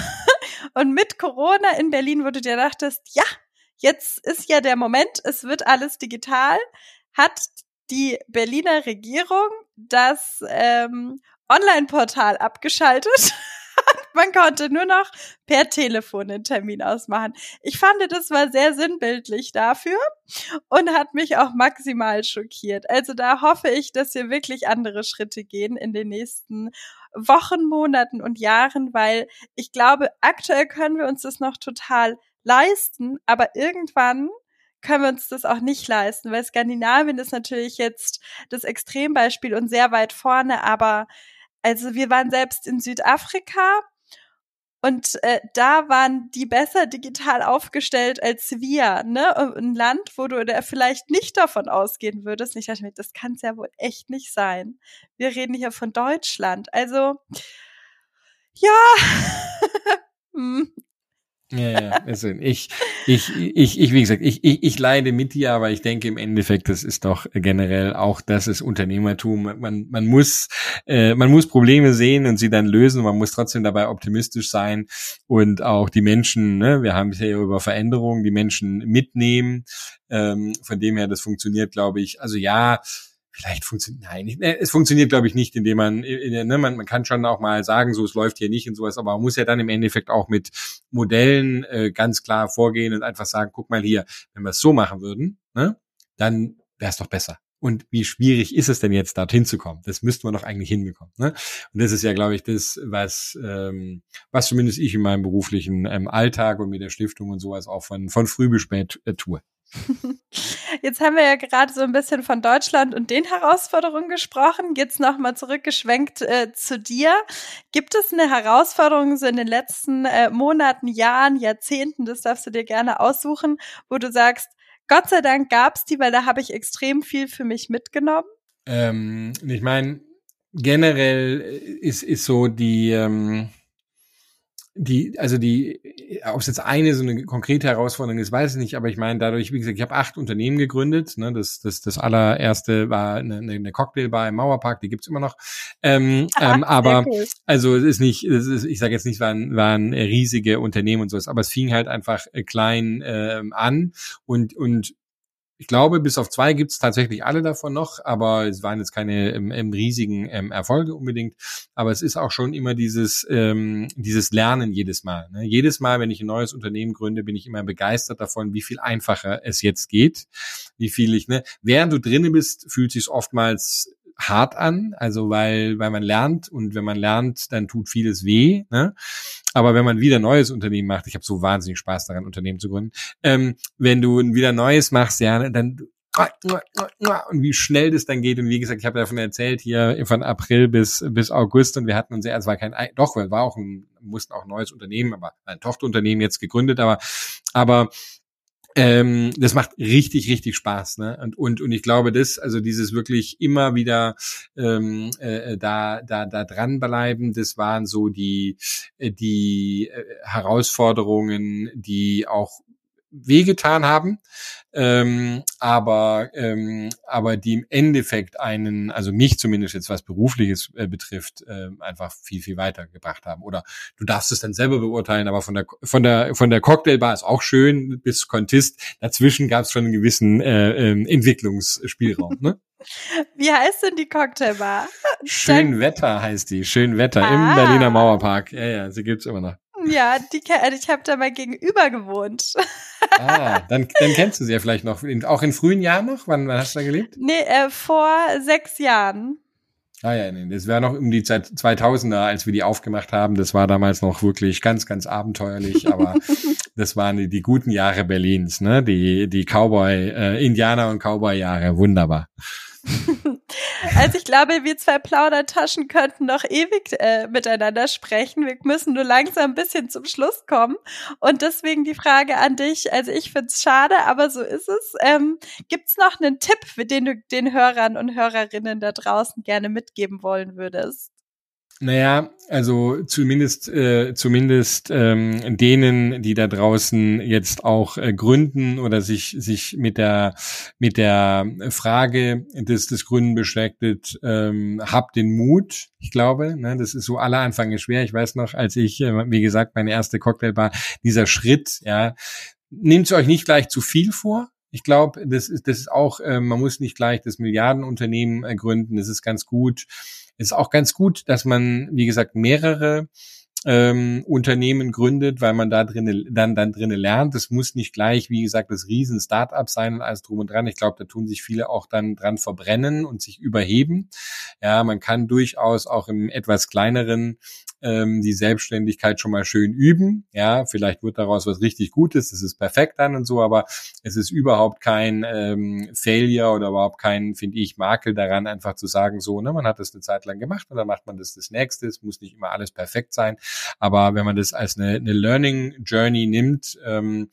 und mit Corona in Berlin, wo du dir dachtest, ja, jetzt ist ja der Moment, es wird alles digital, hat die Berliner Regierung das ähm, Online-Portal abgeschaltet. Man konnte nur noch per Telefon einen Termin ausmachen. Ich fand, das war sehr sinnbildlich dafür und hat mich auch maximal schockiert. Also da hoffe ich, dass wir wirklich andere Schritte gehen in den nächsten Wochen, Monaten und Jahren, weil ich glaube, aktuell können wir uns das noch total leisten, aber irgendwann können wir uns das auch nicht leisten, weil Skandinavien ist natürlich jetzt das Extrembeispiel und sehr weit vorne, aber also wir waren selbst in Südafrika und äh, da waren die besser digital aufgestellt als wir, ne? Ein Land, wo du da vielleicht nicht davon ausgehen würdest. Ich dachte mir, das kann es ja wohl echt nicht sein. Wir reden hier von Deutschland. Also, ja. hm. Ja, ja, also ich, ich, ich, ich, wie gesagt, ich, ich, ich leide mit dir, aber ich denke im Endeffekt, das ist doch generell auch, das ist Unternehmertum. Man, man muss, äh, man muss Probleme sehen und sie dann lösen. Man muss trotzdem dabei optimistisch sein und auch die Menschen, ne, wir haben hier über Veränderungen, die Menschen mitnehmen. Ähm, von dem her, das funktioniert, glaube ich. Also ja. Vielleicht funktioniert, nein, nicht, es funktioniert, glaube ich, nicht, indem man, ne, man, man kann schon auch mal sagen, so, es läuft hier nicht und sowas, aber man muss ja dann im Endeffekt auch mit Modellen äh, ganz klar vorgehen und einfach sagen, guck mal hier, wenn wir es so machen würden, ne, dann wäre es doch besser. Und wie schwierig ist es denn jetzt, dorthin zu kommen? Das müssten wir doch eigentlich hinbekommen. Ne? Und das ist ja, glaube ich, das, was ähm, was zumindest ich in meinem beruflichen ähm, Alltag und mit der Stiftung und sowas auch von von früh bis spät äh, tue. Jetzt haben wir ja gerade so ein bisschen von Deutschland und den Herausforderungen gesprochen. Jetzt nochmal zurückgeschwenkt äh, zu dir. Gibt es eine Herausforderung so in den letzten äh, Monaten, Jahren, Jahrzehnten, das darfst du dir gerne aussuchen, wo du sagst, Gott sei Dank gab's die, weil da habe ich extrem viel für mich mitgenommen? Ähm, ich meine, generell ist ist so die ähm, die, also die, ob es jetzt eine so eine konkrete Herausforderung ist, weiß ich nicht, aber ich meine dadurch, wie gesagt, ich habe acht Unternehmen gegründet, ne, das das das allererste war eine, eine Cocktailbar im Mauerpark, die gibt's immer noch, ähm, Aha, ähm, aber cool. also es ist nicht, es ist, ich sage jetzt nicht, waren waren riesige Unternehmen und sowas, aber es fing halt einfach klein ähm, an und und ich glaube, bis auf zwei gibt's tatsächlich alle davon noch, aber es waren jetzt keine ähm, ähm, riesigen ähm, Erfolge unbedingt. Aber es ist auch schon immer dieses ähm, dieses Lernen jedes Mal. Ne? Jedes Mal, wenn ich ein neues Unternehmen gründe, bin ich immer begeistert davon, wie viel einfacher es jetzt geht, wie viel ich. Ne, während du drinne bist, fühlt sich's oftmals hart an, also weil weil man lernt und wenn man lernt, dann tut vieles weh, ne? Aber wenn man wieder ein neues Unternehmen macht, ich habe so wahnsinnig Spaß daran, Unternehmen zu gründen, ähm, wenn du ein wieder Neues machst, ja, dann und wie schnell das dann geht und wie gesagt, ich habe davon erzählt hier von April bis bis August und wir hatten uns ja, es war kein, doch, es war auch ein, mussten auch ein neues Unternehmen, aber ein Tochterunternehmen jetzt gegründet, aber aber Ähm, das macht richtig, richtig Spaß, ne? Und und und ich glaube, das, also dieses wirklich immer wieder ähm, äh, da da da dranbleiben, das waren so die die äh, Herausforderungen, die auch wehgetan haben, ähm, aber ähm, aber die im Endeffekt einen, also mich zumindest jetzt was Berufliches äh, betrifft, äh, einfach viel viel weitergebracht haben. Oder du darfst es dann selber beurteilen, aber von der von der von der Cocktailbar ist auch schön bis Contist. Dazwischen gab es schon einen gewissen äh, äh, Entwicklungsspielraum. Ne? Wie heißt denn die Cocktailbar? Schönwetter heißt die. Schönwetter ah. im Berliner Mauerpark. Ja, ja, sie gibt's immer noch. Ja, die, ich habe da mal gegenüber gewohnt. Ah, dann, dann kennst du sie ja vielleicht noch. Auch in frühen Jahren noch? Wann, wann hast du da gelebt? Nee, äh, vor sechs Jahren. Ah ja, nee, das war noch um die Zeit zweitausender, als wir die aufgemacht haben. Das war damals noch wirklich ganz, ganz abenteuerlich, aber das waren die, die guten Jahre Berlins, ne? Die, die Cowboy, äh, Indianer- und Cowboy-Jahre. Wunderbar. Also ich glaube, wir zwei Plaudertaschen könnten noch ewig äh, miteinander sprechen. Wir müssen nur langsam ein bisschen zum Schluss kommen. Und deswegen die Frage an dich. Also ich find's schade, aber so ist es. Ähm, gibt's noch einen Tipp, den du den Hörern und Hörerinnen da draußen gerne mitgeben wollen würdest? Naja, also zumindest äh, zumindest ähm, denen, die da draußen jetzt auch äh, gründen oder sich sich mit der mit der Frage des des Gründen beschäftigt, ähm, habt den Mut. Ich glaube, ne, das ist so aller Anfang ist schwer. Ich weiß noch, als ich äh, wie gesagt meine erste Cocktailbar, dieser Schritt, ja, nehmt euch nicht gleich zu viel vor. Ich glaube, das ist das ist auch, äh, man muss nicht gleich das Milliardenunternehmen äh, gründen. Das ist ganz gut. Es ist auch ganz gut, dass man, wie gesagt, mehrere ähm, Unternehmen gründet, weil man da drinnen dann dann drinnen lernt. Das muss nicht gleich, wie gesagt, das riesen Start-up sein und alles drum und dran. Ich glaube, da tun sich viele auch dann dran verbrennen und sich überheben. Ja, man kann durchaus auch im etwas kleineren ähm, die Selbstständigkeit schon mal schön üben. Ja, vielleicht wird daraus was richtig Gutes. Das ist perfekt dann und so, aber es ist überhaupt kein ähm, Failure oder überhaupt kein, finde ich, Makel daran, einfach zu sagen, so, ne, man hat das eine Zeit lang gemacht und dann macht man das das nächste. Es muss nicht immer alles perfekt sein. Aber wenn man das als eine, eine Learning Journey nimmt, ähm,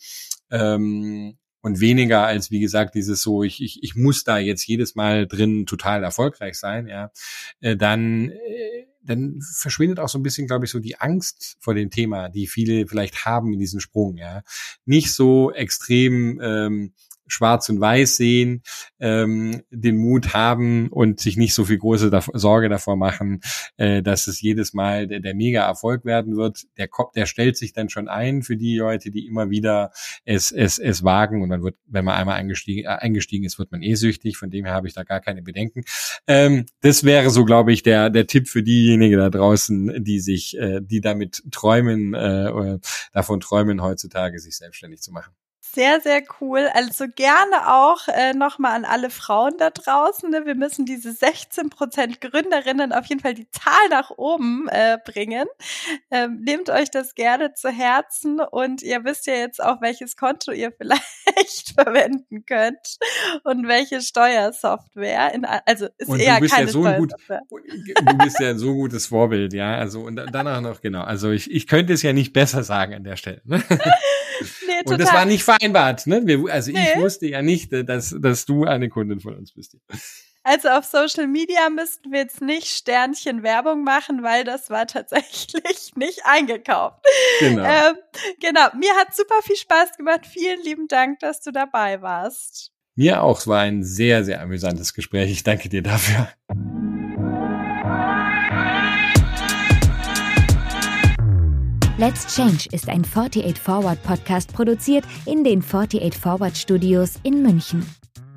ähm, und weniger als, wie gesagt, dieses so, ich, ich, ich muss da jetzt jedes Mal drin total erfolgreich sein, ja, äh, dann, äh, dann verschwindet auch so ein bisschen, glaube ich, so die Angst vor dem Thema, die viele vielleicht haben in diesem Sprung, ja. Nicht so extrem, ähm, schwarz und weiß sehen, ähm, den Mut haben und sich nicht so viel große da- Sorge davor machen, äh, dass es jedes Mal der, der Mega-Erfolg werden wird. Der Kopf, der stellt sich dann schon ein für die Leute, die immer wieder es es es wagen und dann wird, wenn man einmal eingestiegen, äh, eingestiegen ist, wird man eh süchtig. Von dem her habe ich da gar keine Bedenken. Ähm, das wäre so, glaube ich, der der Tipp für diejenigen da draußen, die sich, äh, die damit träumen, äh, davon träumen, heutzutage sich selbstständig zu machen. Sehr, sehr cool. Also gerne auch äh, nochmal an alle Frauen da draußen. Ne? Wir müssen diese sechzehn Prozent Gründerinnen auf jeden Fall die Zahl nach oben äh, bringen. Ähm, nehmt euch das gerne zu Herzen und ihr wisst ja jetzt auch, welches Konto ihr vielleicht verwenden könnt und welche Steuersoftware. In, also ist und eher du bist keine ja so ein gut, Steuersoftware. du bist ja so gutes Vorbild, ja. Also und danach noch genau. Also ich, ich könnte es ja nicht besser sagen an der Stelle. Ne? Nee, und das war nicht vereinbart, ne? Wir, also nee. ich wusste ja nicht, dass, dass du eine Kundin von uns bist. Also auf Social Media müssten wir jetzt nicht Sternchen Werbung machen, weil das war tatsächlich nicht eingekauft. Genau. Ähm, genau. Mir hat super viel Spaß gemacht. Vielen lieben Dank, dass du dabei warst. Mir auch. Es war ein sehr, sehr amüsantes Gespräch. Ich danke dir dafür. Let's Change ist ein forty-eight Forward Podcast produziert in den forty-eight Forward Studios in München.